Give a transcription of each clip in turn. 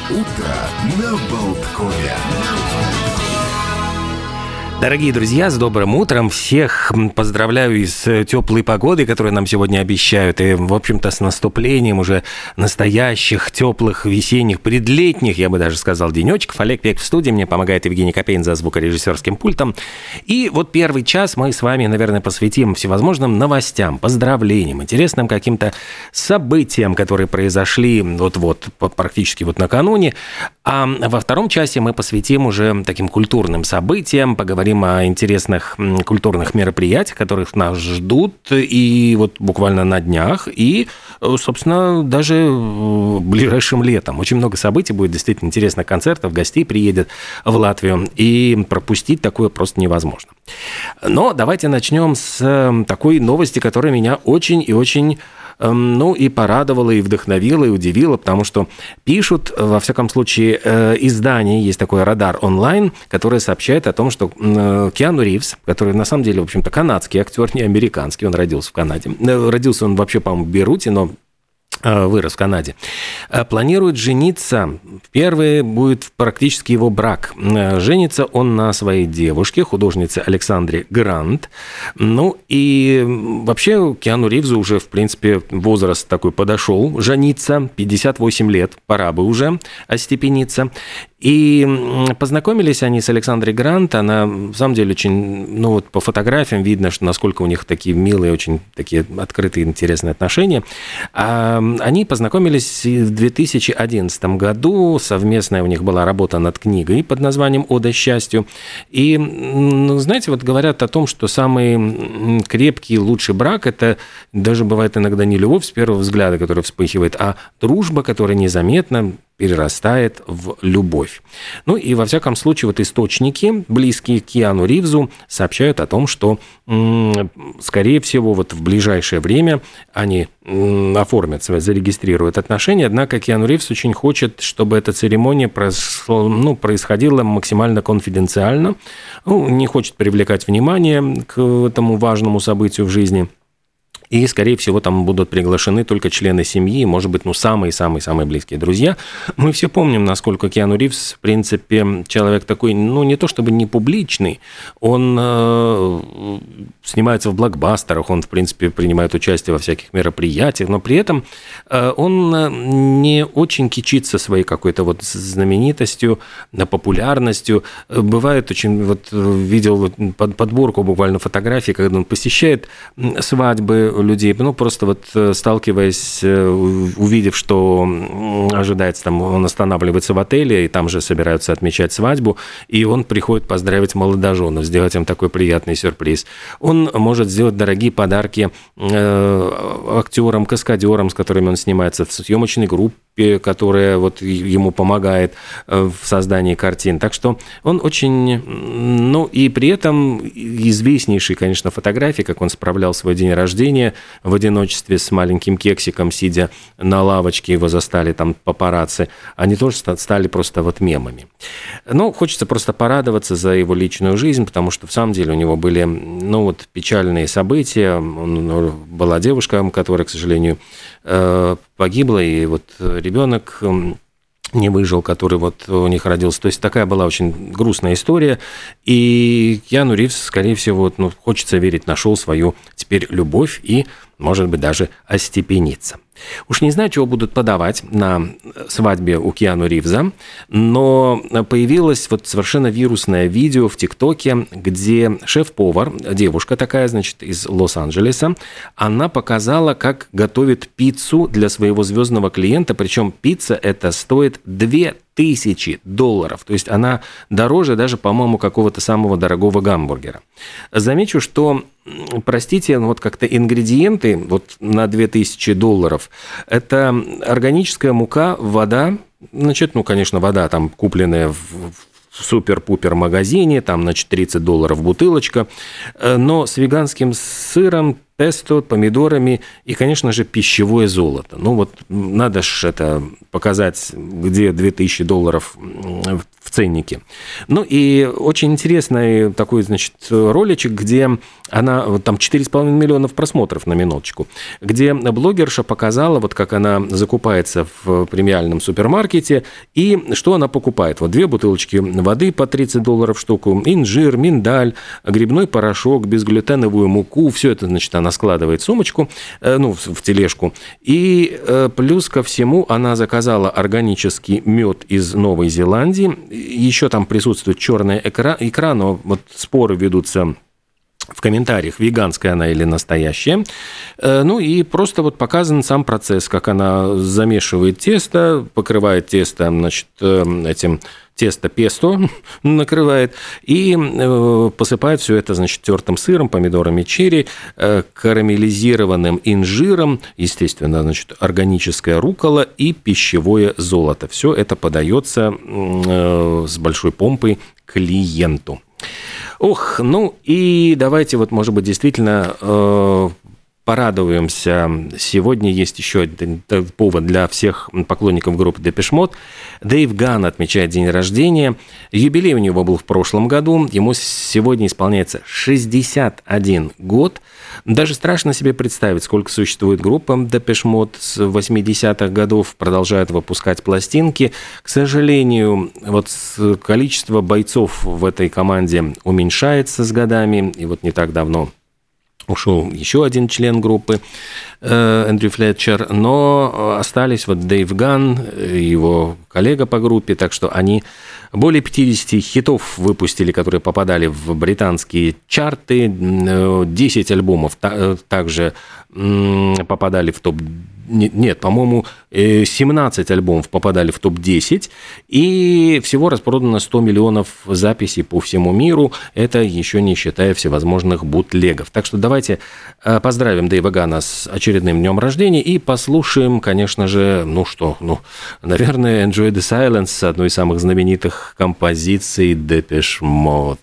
Утро на Болткове. Дорогие друзья, с добрым утром. Всех поздравляю с теплой погодой, которую нам сегодня обещают. И, в общем-то, с наступлением уже настоящих, теплых, весенних, предлетних, я бы даже сказал, денечков. Олег Пек в студии. Мне помогает Евгений Копейн за звукорежиссерским пультом. И вот первый час мы с вами, наверное, посвятим всевозможным новостям, поздравлениям, интересным каким-то событиям, которые произошли вот-вот, практически вот накануне. А во втором часе мы посвятим уже таким культурным событиям, поговорим о интересных культурных мероприятиях, которых нас ждут и вот буквально на днях, и, собственно, даже ближайшим летом. Очень много событий будет, действительно интересных концертов, гостей приедет в Латвию, и пропустить такое просто невозможно. Но давайте начнем с такой новости, которая меня очень и очень и порадовало, и вдохновило, и удивило, потому что пишут, во всяком случае, издание, есть такое «Радар онлайн», которое сообщает о том, что Киану Ривз, который на самом деле, в общем-то, канадский актер, не американский, он родился в Канаде. Родился он вообще, по-моему, в Бейруте, но вырос в Канаде, планирует жениться. Первый будет практически его брак. Женится он на своей девушке, художнице Александре Грант. И вообще Киану Ривзу уже, в принципе, возраст такой подошел жениться, 58 лет, пора бы уже остепениться. И познакомились они с Александрой Грант. Она, в самом деле, очень, по фотографиям видно, что насколько у них такие милые, очень такие открытые, интересные отношения. Они познакомились в 2011 году. Совместная у них была работа над книгой под названием «Ода счастью». И, знаете, вот говорят о том, что самый крепкий, лучший брак – это даже бывает иногда не любовь с первого взгляда, которая вспыхивает, а дружба, которая незаметно перерастает в любовь. И во всяком случае, вот источники, близкие к Киану Ривзу, сообщают о том, что, скорее всего, вот в ближайшее время они оформят, зарегистрируют отношения, однако Киану Ривз очень хочет, чтобы эта церемония происходила максимально конфиденциально, не хочет привлекать внимание к этому важному событию в жизни. И, скорее всего, там будут приглашены только члены семьи, может быть, самые-самые-самые близкие друзья. Мы все помним, насколько Киану Ривз, в принципе, человек такой, не то чтобы не публичный, он снимается в блокбастерах, он, в принципе, принимает участие во всяких мероприятиях, но при этом он не очень кичится своей какой-то вот знаменитостью, популярностью. Бывает очень, видел подборку буквально фотографий, когда он посещает свадьбы людей, просто сталкиваясь, увидев, что ожидается, там он останавливается в отеле, и там же собираются отмечать свадьбу, и он приходит поздравить молодоженов, сделать им такой приятный сюрприз. Он может сделать дорогие подарки актерам, каскадерам, с которыми он снимается в съемочной группе, которая ему помогает в создании картин. Так что он очень... и при этом известнейшие, конечно, фотографии, как он справлял свой день рождения в одиночестве с маленьким кексиком, сидя на лавочке, его застали там папарацци, они тоже стали просто мемами. Хочется просто порадоваться за его личную жизнь, потому что, в самом деле, у него были, печальные события. Была девушка, которая, к сожалению, погибла, и ребенок не выжил, который у них родился. То есть такая была очень грустная история. И Киану Ривз, скорее всего, хочется верить, нашел свою теперь любовь и, может быть, даже остепениться. Уж не знаю, чего будут подавать на свадьбе у Киану Ривза, но появилось совершенно вирусное видео в ТикТоке, где шеф-повар, девушка такая, из Лос-Анджелеса, она показала, как готовит пиццу для своего звездного клиента, причем пицца эта стоит $2000. То есть она дороже даже, по-моему, какого-то самого дорогого гамбургера. Замечу, что, простите, как-то ингредиенты на $2000 это органическая мука, вода, конечно, вода там купленная в супер-пупер магазине, там, $30 бутылочка, но с веганским сыром, песто, помидорами и, конечно же, пищевое золото. Ну вот надо же это показать, где $2000 в ценнике. Ну и очень интересный такой, значит, роличек, где она, там 4,5 миллионов просмотров на минуточку, где блогерша показала, вот как она закупается в премиальном супермаркете и что она покупает. Вот 2 бутылочки воды по $30 штуку, инжир, миндаль, грибной порошок, безглютеновую муку, все это, значит, она складывает в сумочку, ну, в тележку. И плюс ко всему она заказала органический мед из Новой Зеландии. Еще там присутствует черная икра, но вот споры ведутся в комментариях, веганская она или настоящая. Ну и просто вот показан сам процесс, как она замешивает тесто, покрывает тесто, значит, этим тесто песто накрывает и посыпает все это, значит, тертым сыром, помидорами черри, карамелизированным инжиром, естественно, значит, органическая руккола и пищевое золото. Все это подается с большой помпой клиенту. Ох, ну и давайте вот, может быть, действительно порадуемся. Сегодня есть еще один повод для всех поклонников группы Depeche Mode. Дэйв Ганн отмечает день рождения. Юбилей у него был в прошлом году. Ему сегодня исполняется 61 год. Даже страшно себе представить, сколько существует группа Depeche Mode с 80-х годов, продолжает выпускать пластинки. К сожалению, вот количество бойцов в этой команде уменьшается с годами. И вот не так давно ушел еще один член группы, Эндрю Флетчер, но остались вот Дэйв Ганн, его коллега по группе, так что они более 50 хитов выпустили, которые попадали в британские чарты, 10 альбомов также попадали в топ. Нет, по-моему, 17 альбомов попадали в топ-10, и всего распродано 100 миллионов записей по всему миру. Это еще не считая всевозможных бутлегов. Так что давайте поздравим Дэйва Ганна с очередным днем рождения и послушаем, конечно же, наверное, Enjoy the Silence, одной из самых знаменитых композиций Depeche Mode.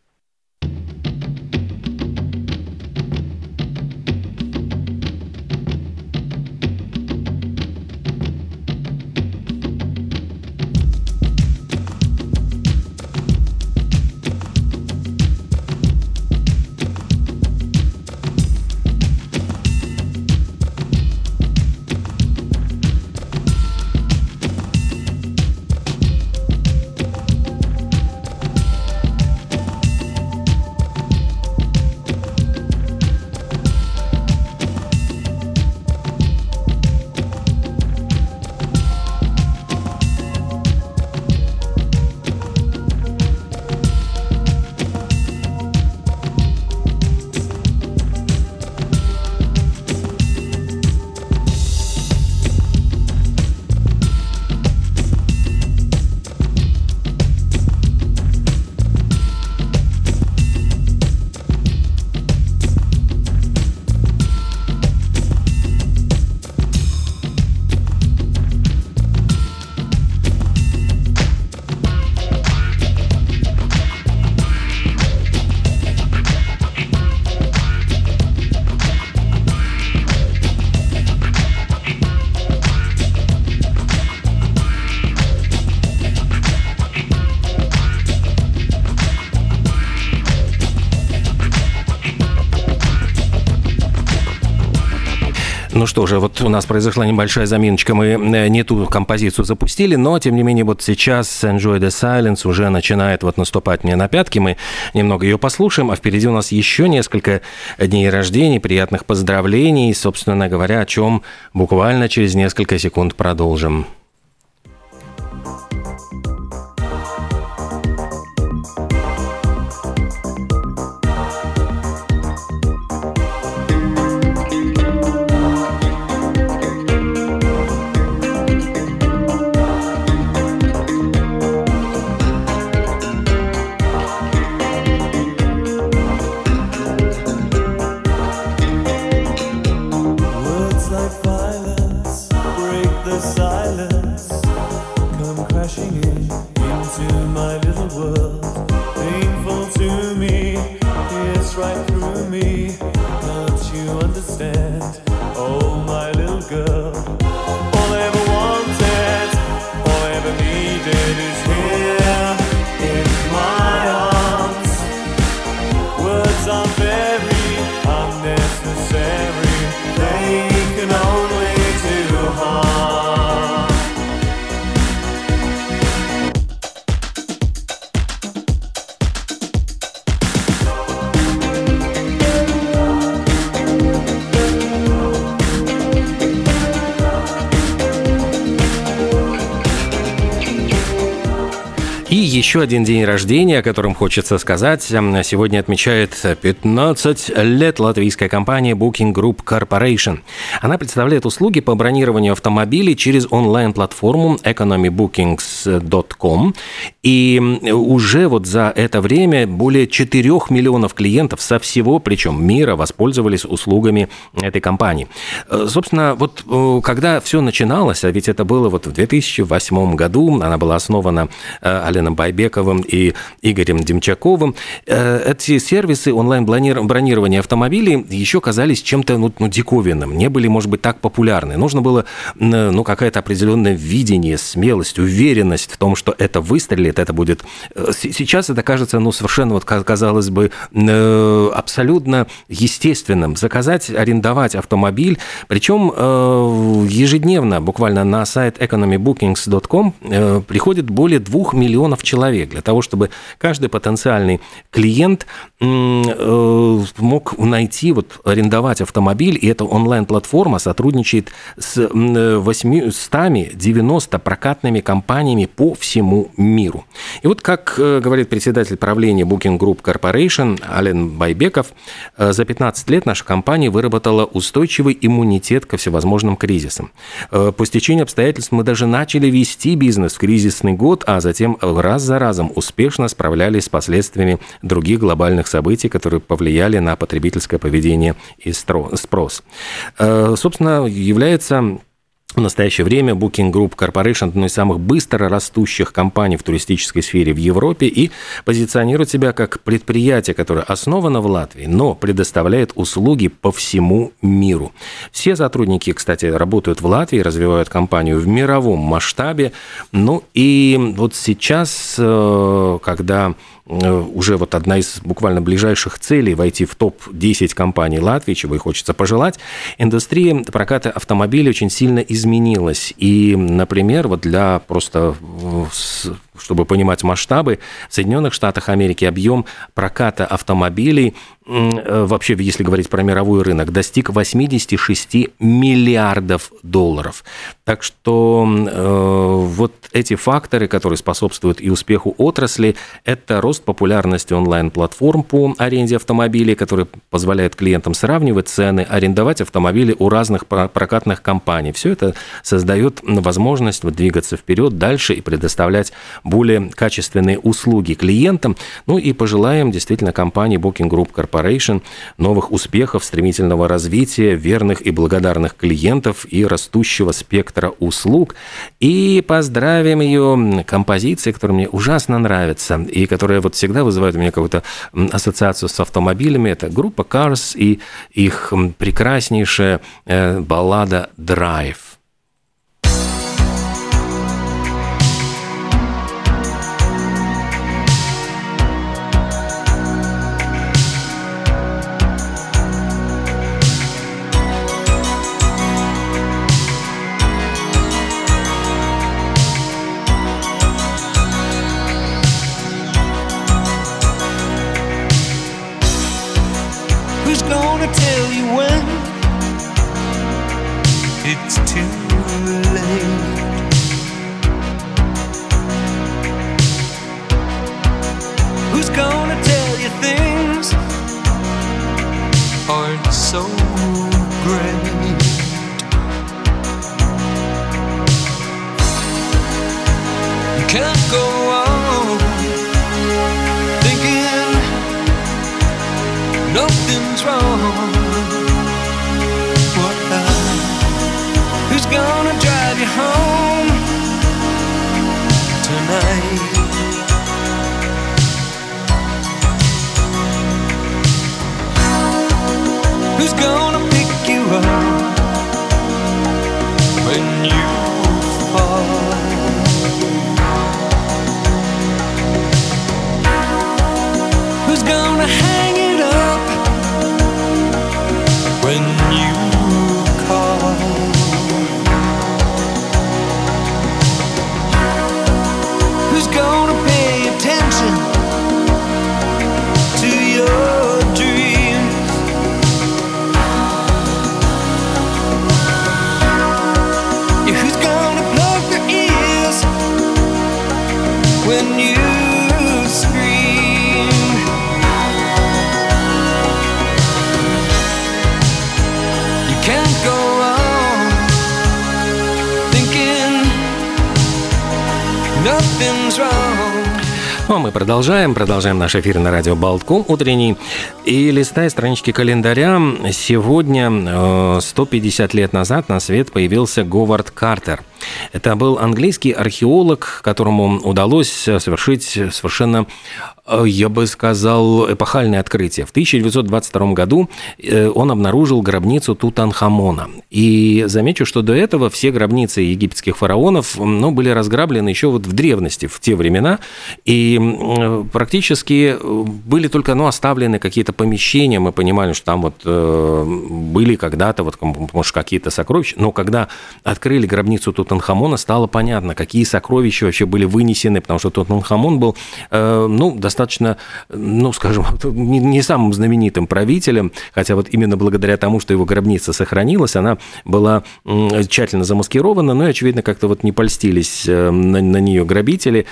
Ну что же, вот у нас произошла небольшая заминочка, мы не ту композицию запустили, но, тем не менее, вот сейчас Enjoy the Silence уже начинает вот наступать мне на пятки, мы немного ее послушаем, а впереди у нас еще несколько дней рождения, приятных поздравлений, собственно говоря, о чем буквально через несколько секунд продолжим. Right through me, don't you understand? еще один день рождения, о котором хочется сказать. Сегодня отмечает 15 лет латвийская компания Booking Group Corporation. Она представляет услуги по бронированию автомобилей через онлайн-платформу economybookings.com. И уже вот за это время более 4 миллионов клиентов со всего, причем мира, воспользовались услугами этой компании. Собственно, вот когда все начиналось, а ведь это было вот в 2008 году, она была основана Аленом Байбековым и Игорем Демчаковым. Эти сервисы онлайн-бронирования автомобилей еще казались чем-то диковинным, не были, может быть, так популярны. Нужно было какое-то определенное видение, смелость, уверенность в том, что это выстрелит, это будет... Сейчас это кажется, совершенно, казалось бы, абсолютно естественным. Заказать, арендовать автомобиль, причем ежедневно, буквально на сайт economybookings.com приходит более 2 миллионов человек для того, чтобы каждый потенциальный клиент мог найти, арендовать автомобиль, и эта онлайн-платформа сотрудничает с 890 прокатными компаниями по всему миру. И вот, как говорит председатель правления Booking Group Corporation Ален Байбеков, за 15 лет наша компания выработала устойчивый иммунитет ко всевозможным кризисам. По стечению обстоятельств мы даже начали вести бизнес в кризисный год, а затем раз за разом успешно справлялись с последствиями других глобальных событий, которые повлияли на потребительское поведение и спрос. Собственно, является... В настоящее время Booking Group Corporation одной из самых быстро растущих компаний в туристической сфере в Европе и позиционирует себя как предприятие, которое основано в Латвии, но предоставляет услуги по всему миру. Все сотрудники, кстати, работают в Латвии, развивают компанию в мировом масштабе. И вот сейчас, когда уже одна из буквально ближайших целей войти в топ-10 компаний Латвии, чего и хочется пожелать, индустрия проката автомобилей очень сильно изменилась. И, например, для просто... Чтобы понимать масштабы, в Соединенных Штатах Америки объем проката автомобилей, вообще, если говорить про мировой рынок, достиг 86 миллиардов долларов. Так что эти факторы, которые способствуют и успеху отрасли, это рост популярности онлайн-платформ по аренде автомобилей, которые позволяют клиентам сравнивать цены, арендовать автомобили у разных прокатных компаний. Все это создает возможность двигаться вперед, дальше и предоставлять более качественные услуги клиентам. И пожелаем действительно компании Booking Group Corporation новых успехов, стремительного развития, верных и благодарных клиентов и растущего спектра услуг. И поздравим ее композицией, которая мне ужасно нравится и которая всегда вызывает у меня какую-то ассоциацию с автомобилями. Это группа Cars и их прекраснейшая баллада «Drive». Who's gonna tell you when it's too late? Who's gonna tell you things aren't so great? You can't go on thinking nothing's wrong. Who's gonna drive you home tonight? Who's gonna pick you up when you fall? Who's gonna hang it up when you call? nothing's wrong. Ну, а мы продолжаем наш эфир на радио Болтком утренний. И листая странички календаря, сегодня, 150 лет назад, на свет появился Говард Картер. Это был английский археолог, которому удалось совершить совершенно, я бы сказал, эпохальное открытие. В 1922 году он обнаружил гробницу Тутанхамона. И замечу, что до этого все гробницы египетских фараонов были разграблены еще вот в древности, в те времена. И практически были только оставлены какие-то помещения. Мы понимали, что там вот были когда-то, вот, может, какие-то сокровища. Но когда открыли гробницу Тутанхамона, стало понятно, какие сокровища вообще были вынесены, потому что Тутанхамон был, достаточно, скажем, не самым знаменитым правителем, хотя вот именно благодаря тому, что его гробница сохранилась, она была тщательно замаскирована, но и, очевидно, как-то вот не польстились на нее грабители.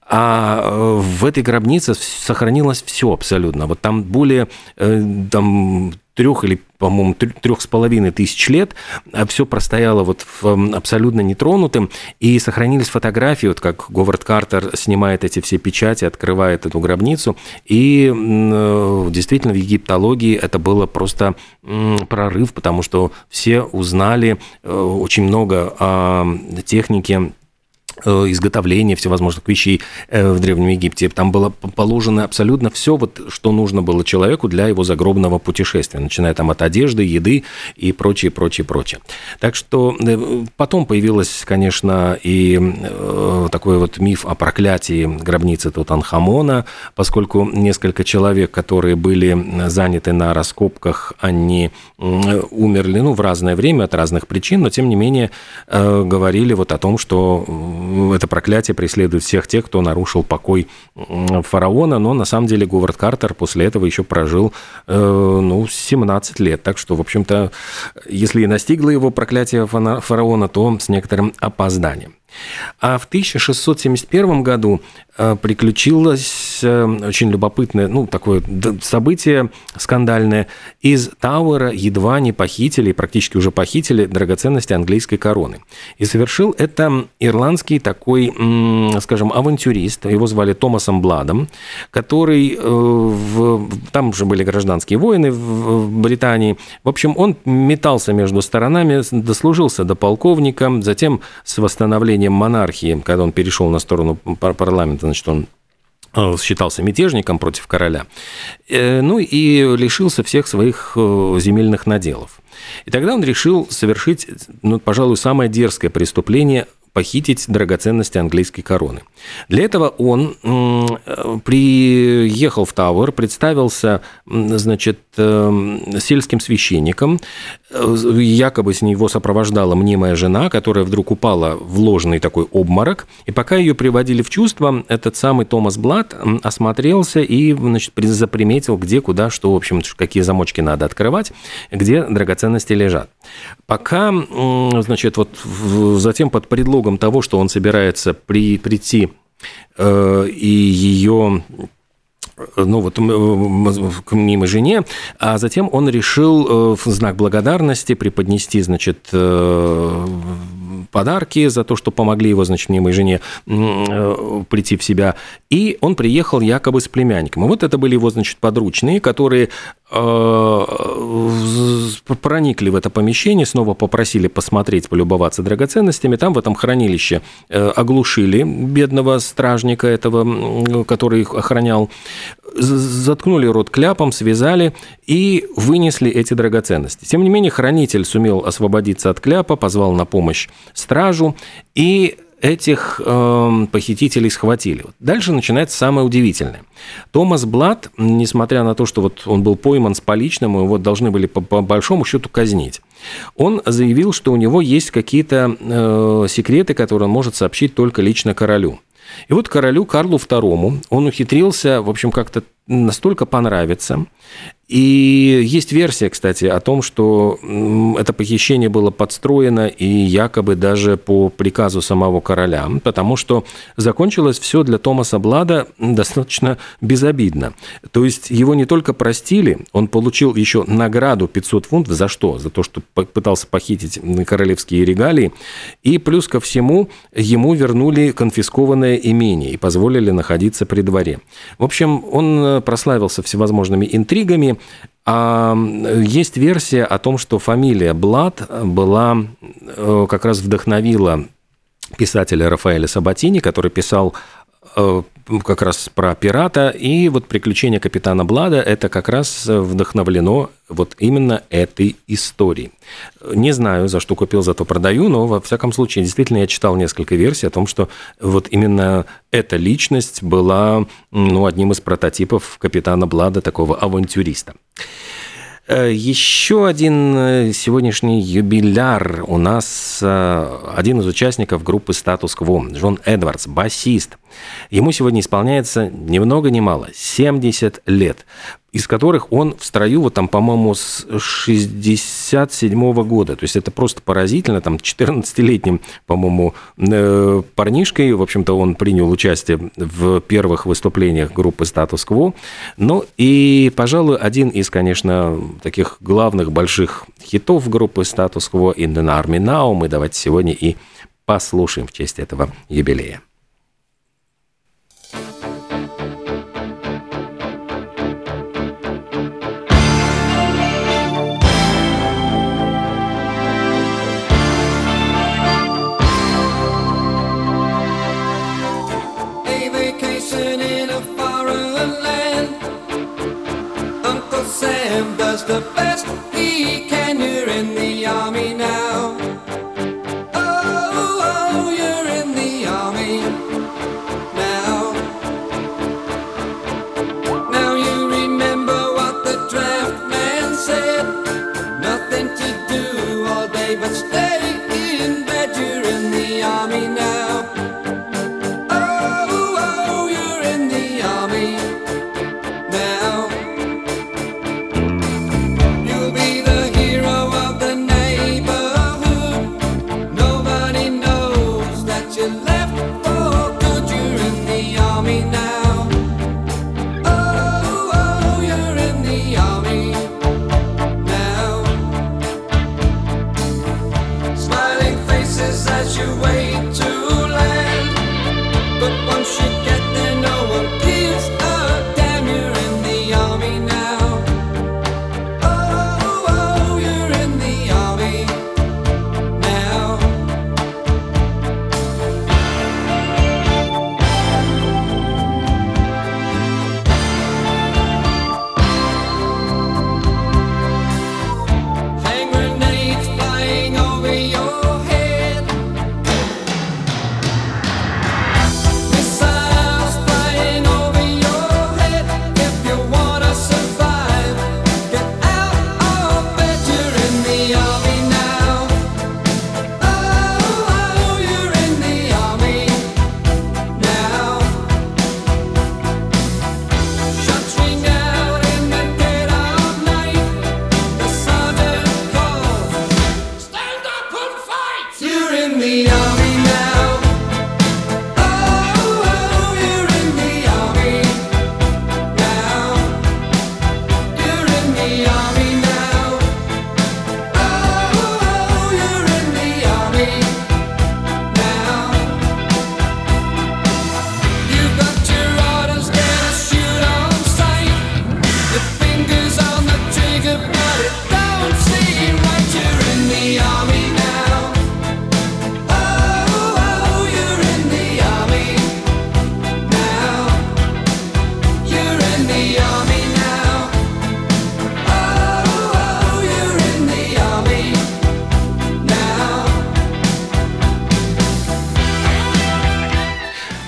А в этой гробнице сохранилось все абсолютно. Вот там более 3 или, по-моему, 3,5 тысяч лет все простояло вот абсолютно нетронутым, и сохранились фотографии, вот как Говард Картер снимает эти все печати, открывает эту гробницу, и действительно в египтологии это было просто прорыв, потому что все узнали очень много о технике изготовления всевозможных вещей в Древнем Египте. Там было положено абсолютно все, вот, что нужно было человеку для его загробного путешествия, начиная там от одежды, еды и прочее. Так что потом появилось, конечно, и такой вот миф о проклятии гробницы Тутанхамона, поскольку несколько человек, которые были заняты на раскопках, они умерли, в разное время от разных причин, но тем не менее говорили вот о том, что это проклятие преследует всех тех, кто нарушил покой фараона, но на самом деле Говард Картер после этого еще прожил 17 лет, так что, в общем-то, если и настигло его проклятие фараона, то с некоторым опозданием. А в 1671 году приключилось очень любопытное, такое событие скандальное. Из Тауэра едва не похитили, практически уже похитили драгоценности английской короны. И совершил это ирландский такой, скажем, авантюрист, его звали Томасом Бладом, который, там же были гражданские войны в Британии, в общем, он метался между сторонами, дослужился до полковника, затем с восстановлением монархии, когда он перешел на сторону парламента, значит, он считался мятежником против короля, и лишился всех своих земельных наделов. И тогда он решил совершить, пожалуй, самое дерзкое преступление – похитить драгоценности английской короны. Для этого он приехал в Тауэр, представился, сельским священником, якобы с него сопровождала мнимая жена, которая вдруг упала в ложный такой обморок, и пока ее приводили в чувство, этот самый Томас Блад осмотрелся и, заприметил, где, куда, что, в общем, какие замочки надо открывать, где драгоценности лежат. Пока, затем под предлогом того, что он собирается прийти и ее к мнимой жене, а затем он решил в знак благодарности преподнести, подарки за то, что помогли его, мнимой жене прийти в себя, и он приехал якобы с племянником. И вот это были его, подручные, которые проникли в это помещение, снова попросили посмотреть, полюбоваться драгоценностями. Там в этом хранилище оглушили бедного стражника этого, который их охранял, заткнули рот кляпом, связали и вынесли эти драгоценности. Тем не менее, хранитель сумел освободиться от кляпа, позвал на помощь стражу, и этих похитителей схватили. Дальше начинается самое удивительное. Томас Блад, несмотря на то, что он был пойман с поличным, его должны были по большому счету казнить, он заявил, что у него есть какие-то секреты, которые он может сообщить только лично королю. И вот королю Карлу II он ухитрился, в общем, как-то настолько понравиться И есть версия, кстати, о том, что это похищение было подстроено и якобы даже по приказу самого короля, потому что закончилось все для Томаса Блада достаточно безобидно. То есть его не только простили, он получил еще награду 500 фунтов. За что? За то, что пытался похитить королевские регалии. И плюс ко всему ему вернули конфискованное имение и позволили находиться при дворе. В общем, он прославился всевозможными интригами. А есть версия о том, что фамилия Блад была, как раз вдохновила писателя Рафаэля Сабатини, который писал как раз про пирата, и вот «Приключения капитана Блада» это как раз вдохновлено вот именно этой историей. Не знаю, за что купил, зато продаю, но во всяком случае, действительно, я читал несколько версий о том, что вот именно эта личность была, одним из прототипов капитана Блада, такого авантюриста. Еще один сегодняшний юбиляр у нас один из участников группы «Статус Кво», Джон Эдвардс, басист. Ему сегодня исполняется ни много ни мало 70 лет, из которых он в строю, вот там, по-моему, с 67-го года. То есть это просто поразительно. Там 14-летним, по-моему, парнишкой, в общем-то, он принял участие в первых выступлениях группы «Статус Кво». Ну и, пожалуй, один из, конечно, таких главных больших хитов группы «Статус Кво» «In the Army Now» мы давайте сегодня и послушаем в честь этого юбилея. Sam does the best he can. You're in the army now. Oh, you're in the army now. Now you remember what the draft man said. Nothing to do all day but stay in bed. You're in the army now. Oh, you're in the army now. Side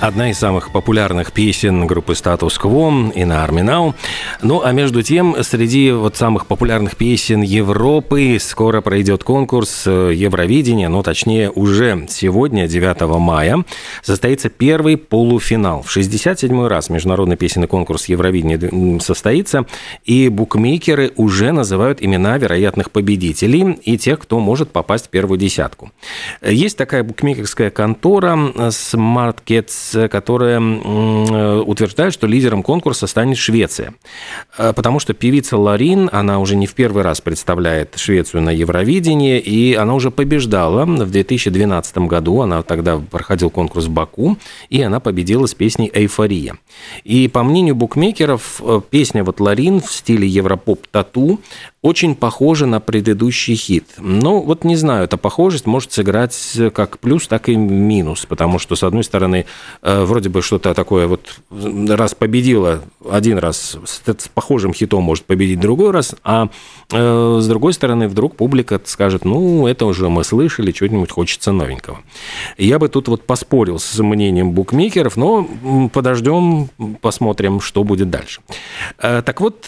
Одна из самых популярных песен группы Status Quo «In the Army Now». Ну, а между тем, среди вот самых популярных песен Европы скоро пройдет конкурс Евровидения, ну, точнее, уже сегодня, 9 мая, состоится первый полуфинал. В 67-й раз международный песенный конкурс Евровидения состоится, и букмекеры уже называют имена вероятных победителей и тех, кто может попасть в первую десятку. Есть такая букмекерская контора SmartCats, которая утверждает, что лидером конкурса станет Швеция. Потому что певица Ларин, она уже не в первый раз представляет Швецию на Евровидении, и она уже побеждала в 2012 году. Она тогда проходил конкурс в Баку, и она победила с песней «Эйфория». И по мнению букмекеров, песня вот Ларин в стиле европоп-тату очень похожа на предыдущий хит. Но вот не знаю, эта похожесть может сыграть как плюс, так и минус, потому что, с одной стороны, вроде бы что-то такое вот раз победила один раз, с похожим хитом может победить другой раз, а с другой стороны, вдруг публика скажет, ну, это уже мы слышали, что-нибудь хочется новенького. Я бы тут вот поспорил с мнением букмекеров, но подождем, посмотрим, что будет дальше. Так вот,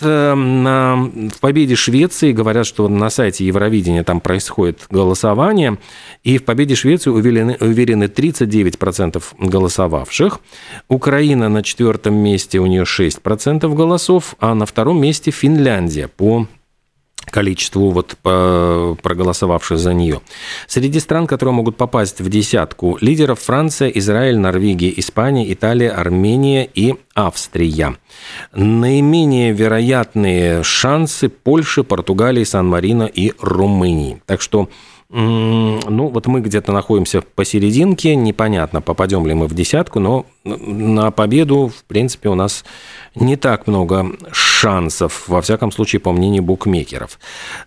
в победе Швеции говорят, что на сайте Евровидения там происходит голосование, и в победе Швеции уверены 39% голосовавших. Украина на 4-м месте, у нее 6% голосов, а на 2-м месте Финляндия по количеству вот проголосовавших за нее. Среди стран, которые могут попасть в десятку лидеров, Франция, Израиль, Норвегия, Испания, Италия, Армения и Австрия. Наименее вероятные шансы Польши, Португалии, Сан-Марино и Румынии. Так что ну, вот мы где-то находимся посерединке, непонятно, попадем ли мы в десятку, но на победу, в принципе, у нас не так много шансов, во всяком случае, по мнению букмекеров.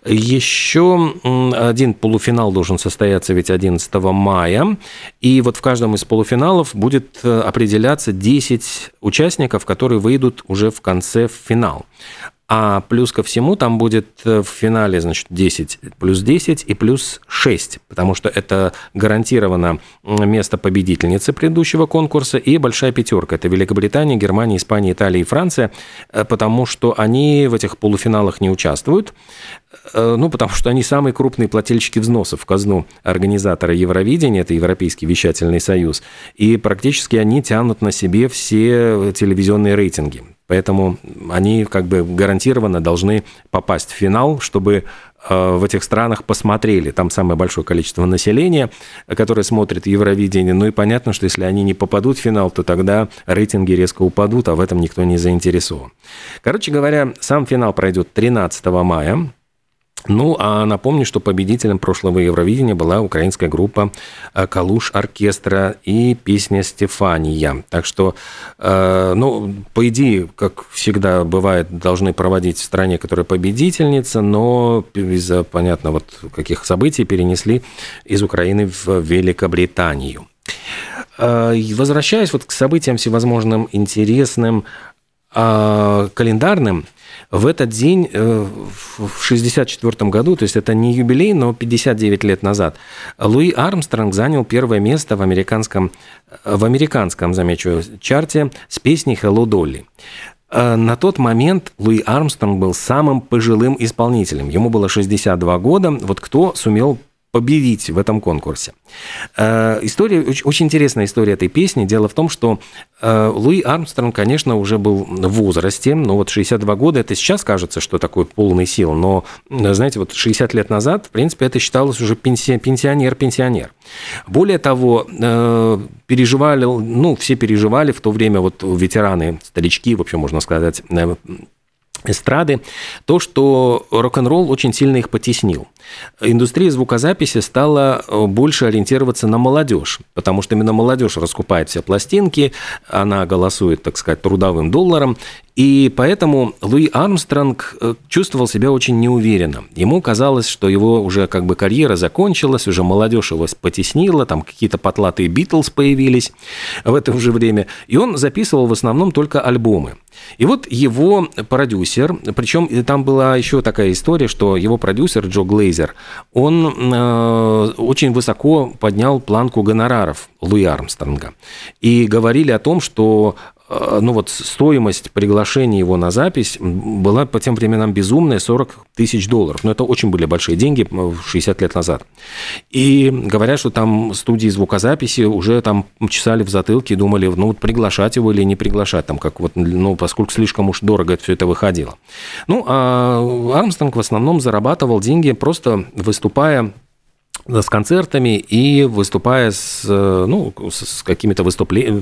Еще один полуфинал должен состояться ведь 11 мая, и вот в каждом из полуфиналов будет определяться 10 участников, которые выйдут уже в конце в финал. А плюс ко всему там будет в финале, значит, 10 плюс 10 и плюс 6, потому что это гарантированно место победительницы предыдущего конкурса и большая пятерка. Это Великобритания, Германия, Испания, Италия и Франция, потому что они в этих полуфиналах не участвуют, ну, потому что они самые крупные плательщики взносов в казну организатора Евровидения, это Европейский вещательный союз, и практически они тянут на себе все телевизионные рейтинги. Поэтому они как бы гарантированно должны попасть в финал, чтобы в этих странах посмотрели. Там самое большое количество населения, которое смотрит Евровидение. Ну и понятно, что если они не попадут в финал, то тогда рейтинги резко упадут, а в этом никто не заинтересован. Короче говоря, сам финал пройдет 13 мая. Ну, а напомню, что победителем прошлого Евровидения была украинская группа «Калуш Оркестра» и песня «Стефания». Так что, ну, по идее, как всегда бывает, должны проводить в стране, которая победительница, но из-за, понятно, вот каких событий перенесли из Украины в Великобританию. Возвращаясь вот к событиям всевозможным интересным, календарным, в этот день, в 1964 году, то есть это не юбилей, но 59 лет назад, Луи Армстронг занял первое место в американском, замечу, чарте с песней «Hello, Dolly». На тот момент Луи Армстронг был самым пожилым исполнителем. Ему было 62 года. Вот кто сумел победить в этом конкурсе. История, очень интересная история этой песни. Дело в том, что Луи Армстронг, конечно, уже был в возрасте, но вот 62 года, это сейчас кажется, что такой полный сил, но, знаете, вот 60 лет назад, в принципе, это считалось уже пенсионер. Более того, переживали, ну, все переживали в то время, вот ветераны, старички, вообще, можно сказать, эстрады, то, что рок-н-ролл очень сильно их потеснил. Индустрия звукозаписи стала больше ориентироваться на молодежь, потому что именно молодежь раскупает все пластинки, она голосует, так сказать, трудовым долларом, И поэтому Луи Армстронг чувствовал себя очень неуверенно. Ему казалось, что его уже как бы карьера закончилась, уже молодежь его потеснила, там какие-то потлатые Битлз появились в это же время, и он записывал в основном только альбомы. И вот его продюсер, причем там была еще такая история, что его продюсер Джо Глейзер, он очень высоко поднял планку гонораров Луи Армстронга. И говорили о том, что стоимость приглашения его на запись была по тем временам безумная, $40 тысяч. Но это очень были большие деньги 60 лет назад. И говорят, что там студии звукозаписи уже там чесали в затылке и думали, приглашать его или не приглашать, там, поскольку слишком уж дорого все это выходило. А Армстронг в основном зарабатывал деньги, просто выступая с концертами и выступая с какими-то выступлениями,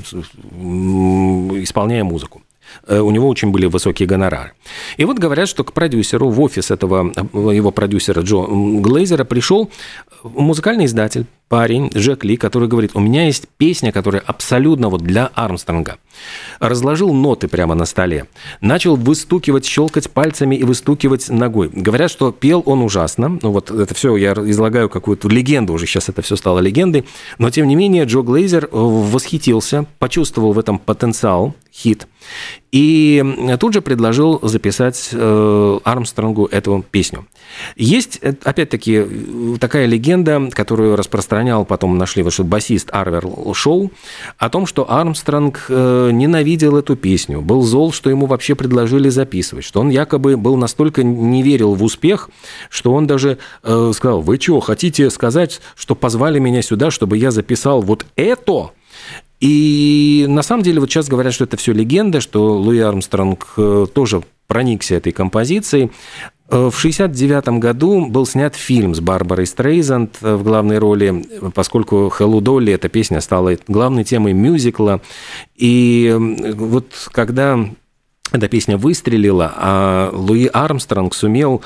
исполняя музыку. У него очень были высокие гонорары. И вот говорят, что к продюсеру, в офис этого его продюсера Джо Глейзера пришел музыкальный издатель, парень Джек Ли, который говорит, у меня есть песня, которая абсолютно для Армстронга. Разложил ноты прямо на столе, начал выстукивать, щелкать пальцами и выстукивать ногой. Говорят, что пел он ужасно. Это все, я излагаю какую-то легенду, уже сейчас это все стало легендой. Но, тем не менее, Джо Глейзер восхитился, почувствовал в этом потенциал, хит, и тут же предложил записать Армстронгу эту песню. Есть, опять-таки, такая легенда, которую распространял, потом нашли басист Арвер Шоу, о том, что Армстронг ненавидел эту песню, был зол, что ему вообще предложили записывать, что он якобы был настолько не верил в успех, что он даже сказал, вы что, хотите сказать, что позвали меня сюда, чтобы я записал вот это? И на самом деле вот сейчас говорят, что это все легенда, что Луи Армстронг тоже проникся этой композицией. В 1969 году был снят фильм с Барбарой Стрейзанд в главной роли, поскольку «Hello, Dolly» эта песня стала главной темой мюзикла. И вот когда эта песня выстрелила, а Луи Армстронг сумел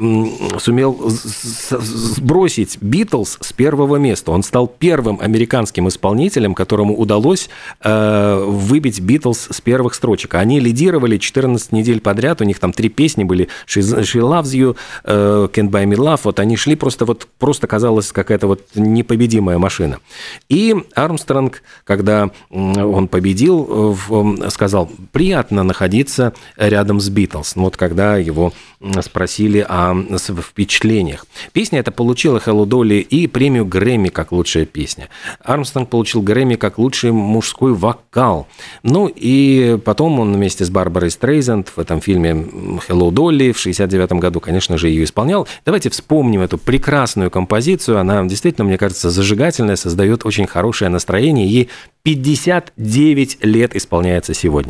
сбросить Битлз с первого места. Он стал первым американским исполнителем, которому удалось выбить Битлз с первых строчек. Они лидировали 14 недель подряд, у них там 3 песни были «She Loves You», «Can't Buy Me Love». Вот они шли просто казалось, какая-то непобедимая машина. И Армстронг, когда он победил, сказал, приятно находиться рядом с Битлз. Когда его спросили о впечатлениях. Песня эта получила Hello, Dolly и премию Грэмми как лучшая песня. Армстронг получил Грэмми как лучший мужской вокал. И потом он вместе с Барбарой Стрейзанд в этом фильме Hello, Dolly в 1969 году, конечно же, ее исполнял. Давайте вспомним эту прекрасную композицию. Она действительно, мне кажется, зажигательная, создает очень хорошее настроение. Ей 59 лет исполняется сегодня.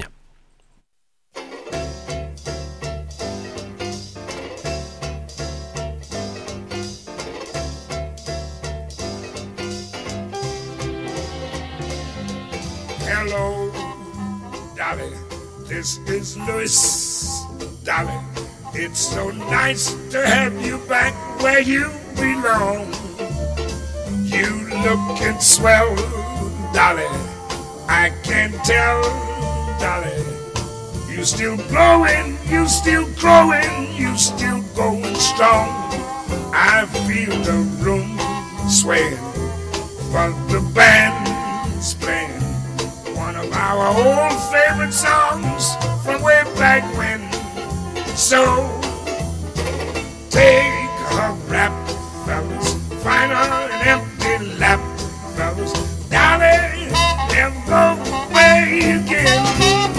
Hello, Dolly, this is Louis. Dolly, it's so nice to have you back where you belong. You lookin' swell, Dolly, I can tell, Dolly. You still blowing, you still growing, you still going strong. I feel the room swaying, but the band's playing one of our old favorite songs from way back when. So take her rap, fellas, find her an empty lap, fellas. Dolly, never go away again.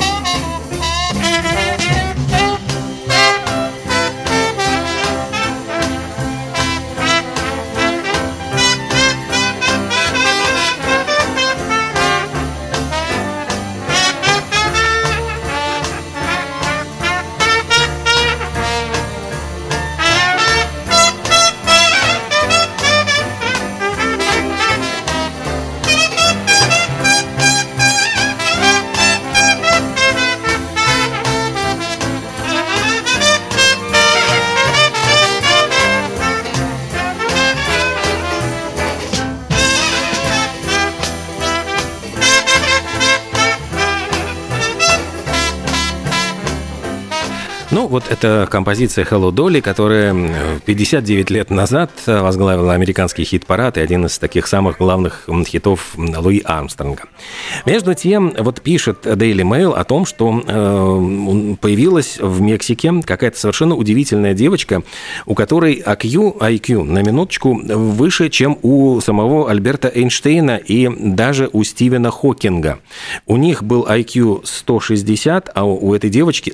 Ну, вот это композиция Hello Dolly, которая 59 лет назад возглавила американский хит-парад и один из таких самых главных хитов Луи Армстронга. Между тем, вот пишет Daily Mail о том, что появилась в Мексике какая-то совершенно удивительная девочка, у которой IQ, на минуточку, выше, чем у самого Альберта Эйнштейна и даже у Стивена Хокинга. У них был IQ 160, а у этой девочки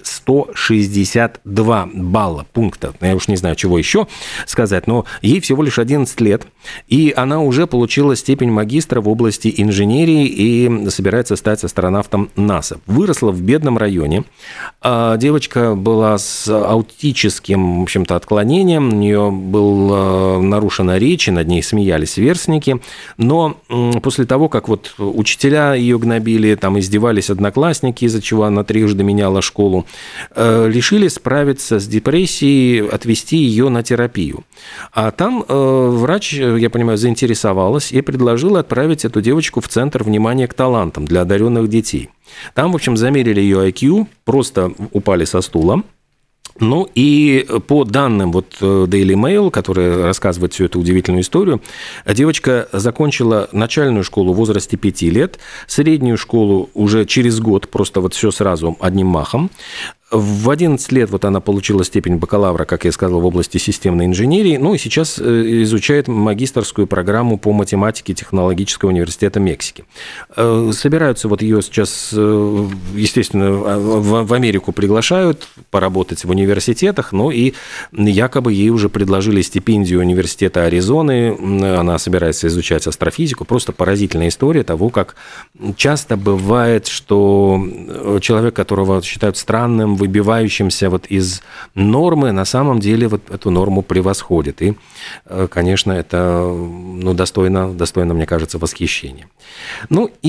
162 балла, пункта. Я уж не знаю, чего еще сказать, но ей всего лишь 11 лет, и она уже получила степень магистра в области инженерии и собирается стать астронавтом НАСА. Выросла в бедном районе. Девочка была с аутическим, в общем-то, отклонением, у нее была нарушена речь, и над ней смеялись сверстники, но после того, как вот учителя ее гнобили, там издевались одноклассники, из-за чего она трижды меняла школу, решили справиться с депрессией, отвести ее на терапию. А там врач, я понимаю, заинтересовалась и предложила отправить эту девочку в Центр внимания к талантам для одаренных детей. Там, в общем, замерили ее IQ, просто упали со стула. Ну и по данным вот Daily Mail, который рассказывает всю эту удивительную историю, девочка закончила начальную школу в возрасте 5 лет, среднюю школу уже через год, просто вот все сразу одним махом. В 11 лет вот она получила степень бакалавра, как я сказал, в области системной инженерии, ну и сейчас изучает магистерскую программу по математике Технологического университета Мексики. Собираются вот ее сейчас, естественно, в Америку приглашают поработать в университетах, ну и якобы ей уже предложили стипендию университета Аризоны, она собирается изучать астрофизику. Просто поразительная история того, как часто бывает, что человек, которого считают странным, выбивающимся вот из нормы, на самом деле вот эту норму превосходит. И, конечно, это достойно, мне кажется, восхищения. Ну и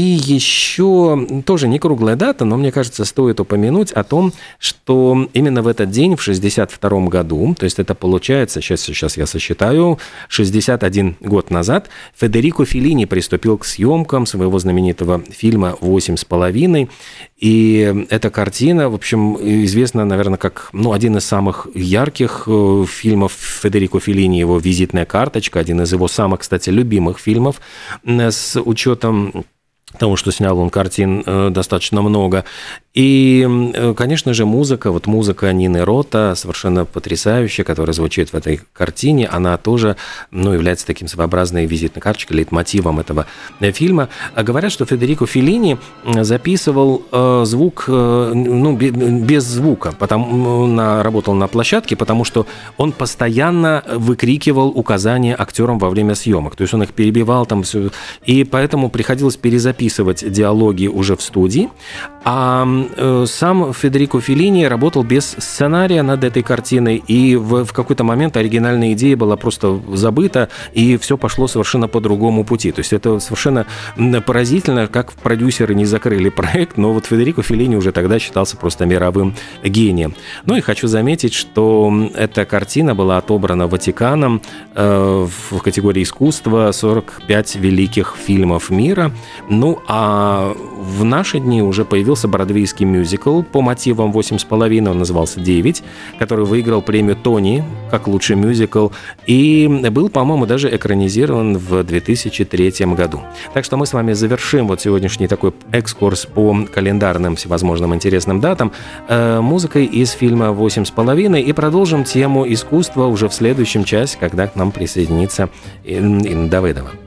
еще тоже не круглая дата, но мне кажется, стоит упомянуть о том, что именно в этот день, в 1962 году, то есть это получается, сейчас я сосчитаю, 61 год назад, Федерико Феллини приступил к съемкам своего знаменитого фильма «8,5». И эта картина, в общем, известна, наверное, как один из самых ярких фильмов Федерико Феллини, его «Визитная карточка», один из его самых, кстати, любимых фильмов, с учетом того, что снял он картин достаточно много. И, конечно же, музыка Нины Рота, совершенно потрясающая, которая звучит в этой картине, она тоже является таким своеобразной визитной карточкой, лейтмотивом этого фильма. Говорят, что Федерико Феллини записывал звук без звука, работал на площадке, потому что он постоянно выкрикивал указания актерам во время съемок. То есть он их перебивал там все, и поэтому приходилось перезаписывать диалоги уже в студии. А сам Федерико Феллини работал без сценария над этой картиной, и в какой-то момент оригинальная идея была просто забыта, и все пошло совершенно по другому пути. То есть это совершенно поразительно, как продюсеры не закрыли проект, но вот Федерико Феллини уже тогда считался просто мировым гением. Ну и хочу заметить, что эта картина была отобрана Ватиканом в категории искусства 45 великих фильмов мира. Ну а в наши дни уже появился бродвейский мюзикл по мотивам «8,5», он назывался «9», который выиграл премию Тони как лучший мюзикл и был, по-моему, даже экранизирован в 2003 году. Так что мы с вами завершим вот сегодняшний такой экскурс по календарным всевозможным интересным датам музыкой из фильма «8,5» и продолжим тему искусства уже в следующем часе, когда к нам присоединится Инна Давыдова.